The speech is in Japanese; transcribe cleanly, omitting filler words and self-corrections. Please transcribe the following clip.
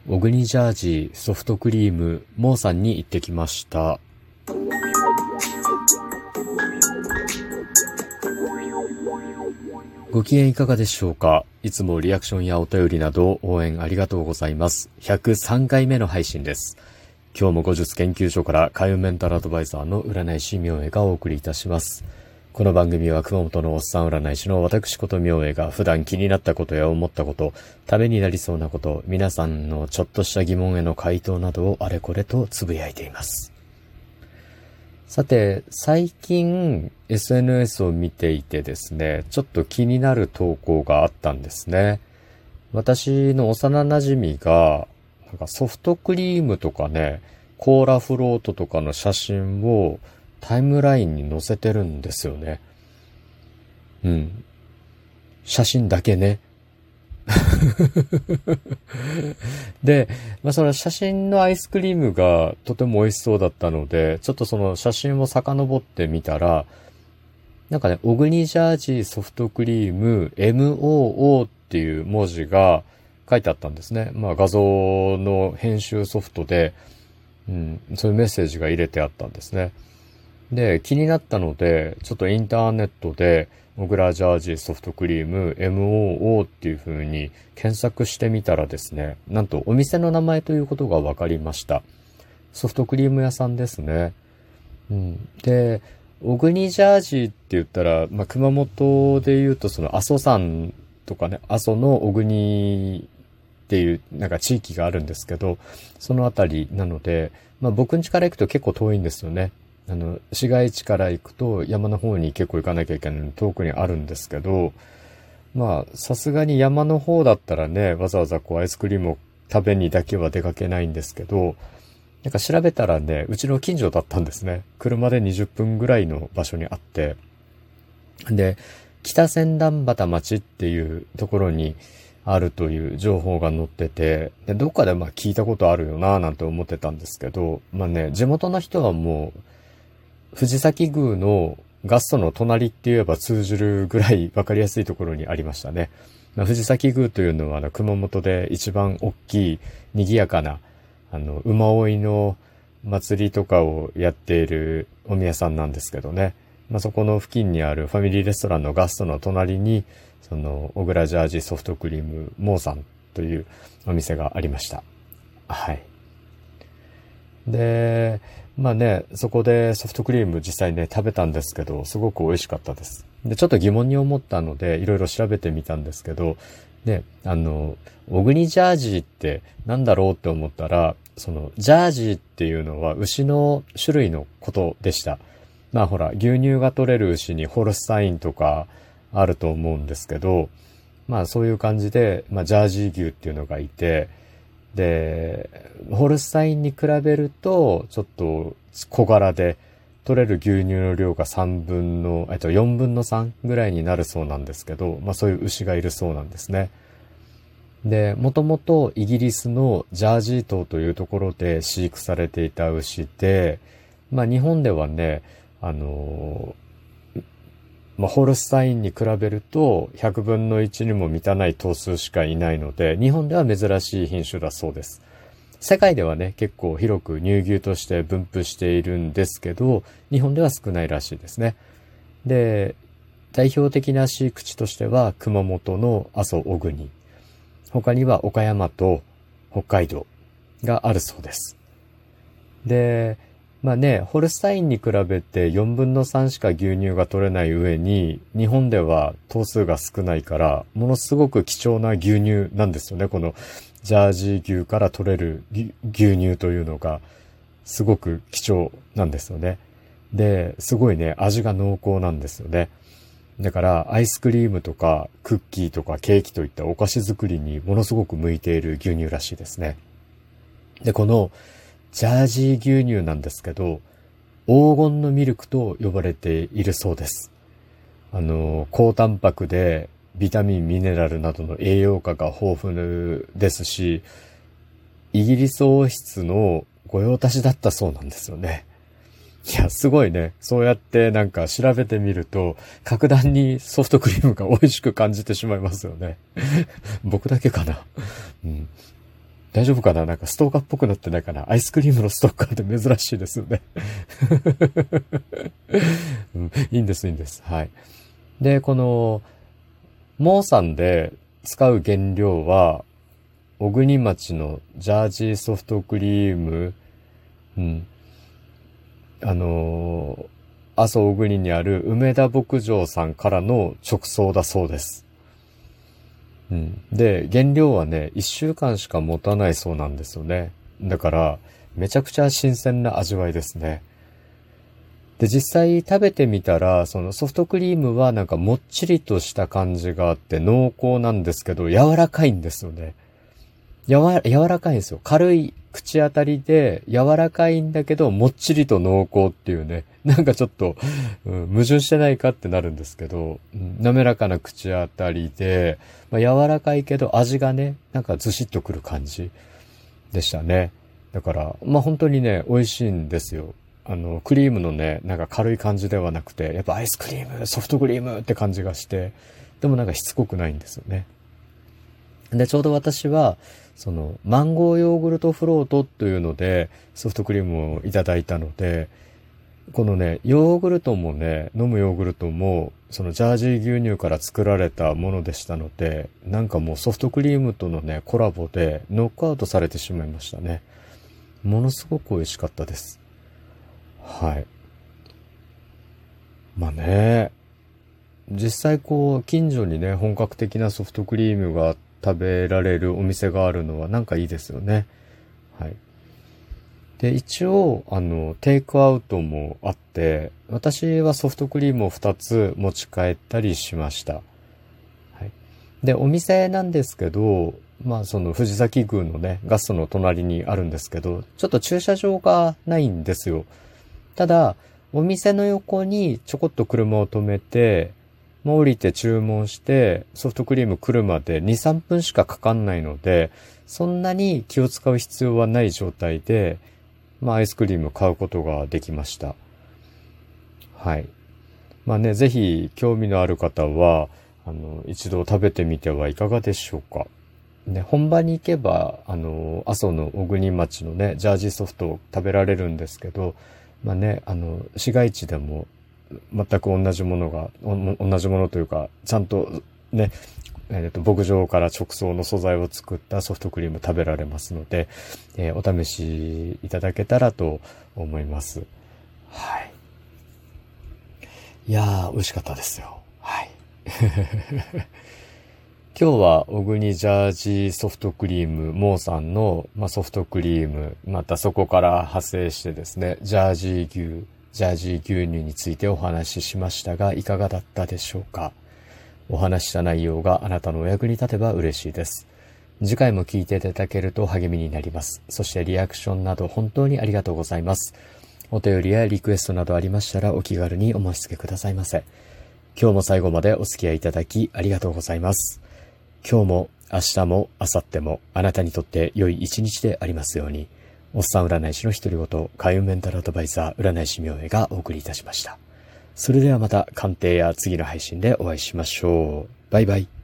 小国ジャージソフトクリームモーさんに行ってきました。ご機嫌いかがでしょうか。いつもリアクションやお便りなど応援ありがとうございます。103回目の配信です。今日も後日研究所から開運メンタルアドバイザーの占い師明恵がお送りいたします。この番組は熊本のおっさん占い師の私こと明恵が普段気になったことや思ったこと、ためになりそうなこと、皆さんのちょっとした疑問への回答などをあれこれとつぶやいています。さて、最近 SNS を見ていてですね、ちょっと気になる投稿があったんですね。私の幼馴染がなんかソフトクリームとかね、コーラフロートとかの写真をタイムラインに載せてるんですよね。写真だけね。で、その写真のアイスクリームがとても美味しそうだったので、ちょっとその写真を遡ってみたら、なんかね、小国ジャージソフトクリーム MOO っていう文字が書いてあったんですね。画像の編集ソフトで、そういうメッセージが入れてあったんですね。で、気になったので、ちょっとインターネットで、小倉ジャージソフトクリーム MOO っていう風に検索してみたらですね、なんとお店の名前ということが分かりました。ソフトクリーム屋さんですね。で、小国ジャージって言ったら、熊本で言うとその阿蘇山とかね、阿蘇の小国っていうなんか地域があるんですけど、そのあたりなので、僕ん家から行くと結構遠いんですよね。市街地から行くと山の方に結構行かなきゃいけないので遠くにあるんですけど、さすがに山の方だったらね、わざわざアイスクリームを食べにだけは出かけないんですけど、なんか調べたらね、うちの近所だったんですね。車で20分ぐらいの場所にあって。で、北千段畑町っていうところにあるという情報が載ってて、でどっかで聞いたことあるよなぁなんて思ってたんですけど、地元の人はもう、藤崎宮のガストの隣って言えば通じるぐらい分かりやすいところにありましたね。藤崎宮というのは熊本で一番大きい賑やかな馬追いの祭りとかをやっているお宮さんなんですけどね。そこの付近にあるファミリーレストランのガストの隣にその小倉ジャージソフトクリームモーさんというお店がありました。はい。で、そこでソフトクリーム実際ね、食べたんですけど、すごく美味しかったです。で、ちょっと疑問に思ったので、いろいろ調べてみたんですけど、ね、小国ジャージってなんだろうって思ったら、その、ジャージっていうのは牛の種類のことでした。ほら、牛乳が取れる牛にホルスタインとかあると思うんですけど、そういう感じで、ジャージー牛っていうのがいて、で、ホルスタインに比べると、ちょっと小柄で、取れる牛乳の量が4分の3ぐらいになるそうなんですけど、そういう牛がいるそうなんですね。で、もともとイギリスのジャージー島というところで飼育されていた牛で、日本ではね、ホルスタインに比べると100分の1にも満たない頭数しかいないので、日本では珍しい品種だそうです。世界ではね、結構広く乳牛として分布しているんですけど、日本では少ないらしいですね。で、代表的な飼育地としては熊本の阿蘇小国、他には岡山と北海道があるそうです。で、ホルスタインに比べて4分の3しか牛乳が取れない上に、日本では頭数が少ないから、ものすごく貴重な牛乳なんですよね。このジャージー牛から取れる牛乳というのが、すごく貴重なんですよね。で、すごいね、味が濃厚なんですよね。だから、アイスクリームとか、クッキーとかケーキといったお菓子作りにものすごく向いている牛乳らしいですね。で、この、ジャージー牛乳なんですけど、黄金のミルクと呼ばれているそうです。高タンパクでビタミン、ミネラルなどの栄養価が豊富ですし、イギリス王室の御用達だったそうなんですよね。いや、すごいね。そうやってなんか調べてみると、格段にソフトクリームが美味しく感じてしまいますよね。僕だけかな。 大丈夫かな？なんかストーカーっぽくなってないかな？アイスクリームのストーカーって珍しいですよね。うん、いいんです、いいんです。はい。で、この、モーさんで使う原料は、小国町のジャージーソフトクリーム、うん。阿蘇小国にある梅田牧場さんからの直送だそうです。うん。で、原料はね、1週間しか持たないそうなんですよね。だから、めちゃくちゃ新鮮な味わいですね。で、実際食べてみたら、そのソフトクリームはなんかもっちりとした感じがあって濃厚なんですけど、柔らかいんですよね。柔らかいんですよ。軽い口当たりで柔らかいんだけど、もっちりと濃厚っていうね。なんかちょっと、矛盾してないかってなるんですけど、滑らかな口当たりで、柔らかいけど味がね、なんかずしっとくる感じでしたね。だから、本当にね、美味しいんですよ。クリームのね、なんか軽い感じではなくて、やっぱアイスクリーム、ソフトクリームって感じがして、でもなんかしつこくないんですよね。で、ちょうど私は、その、マンゴーヨーグルトフロートというので、ソフトクリームをいただいたので、このね、ヨーグルトもね、飲むヨーグルトも、そのジャージー牛乳から作られたものでしたので、なんかもうソフトクリームとのね、コラボでノックアウトされてしまいましたね。ものすごく美味しかったです。はい。まあね、実際こう、近所にね、本格的なソフトクリームが食べられるお店があるのはなんかいいですよね。はい。で、一応、テイクアウトもあって、私はソフトクリームを2つ持ち帰ったりしました。はい。で、お店なんですけど、その藤崎宮のね、ガストの隣にあるんですけど、ちょっと駐車場がないんですよ。ただ、お店の横にちょこっと車を止めて、降りて注文して、ソフトクリーム来るまで2、3分しかかかんないので、そんなに気を使う必要はない状態で、アイスクリーム買うことができました。はい。ぜひ興味のある方は、一度食べてみてはいかがでしょうか。ね、本場に行けば、阿蘇の小国町のね、ジャージーソフトを食べられるんですけど、市街地でも全く同じものというか、ちゃんとね、牧場から直送の素材を作ったソフトクリーム食べられますので、お試しいただけたらと思います。はい。いやー、美味しかったですよ。はい。今日は小国ジャージーソフトクリームモーさんの、ソフトクリーム、またそこから派生してですね、ジャージー牛乳についてお話ししましたが、いかがだったでしょうか。お話した内容があなたのお役に立てば嬉しいです。次回も聞いていただけると励みになります。そしてリアクションなど本当にありがとうございます。お便りやリクエストなどありましたらお気軽にお申し付けくださいませ。今日も最後までお付き合いいただきありがとうございます。今日も明日も明後日もあなたにとって良い一日でありますように。おっさん占い師の独り言、開運メンタルアドバイザー占い師明恵がお送りいたしました。それではまた鑑定や次の配信でお会いしましょう。バイバイ。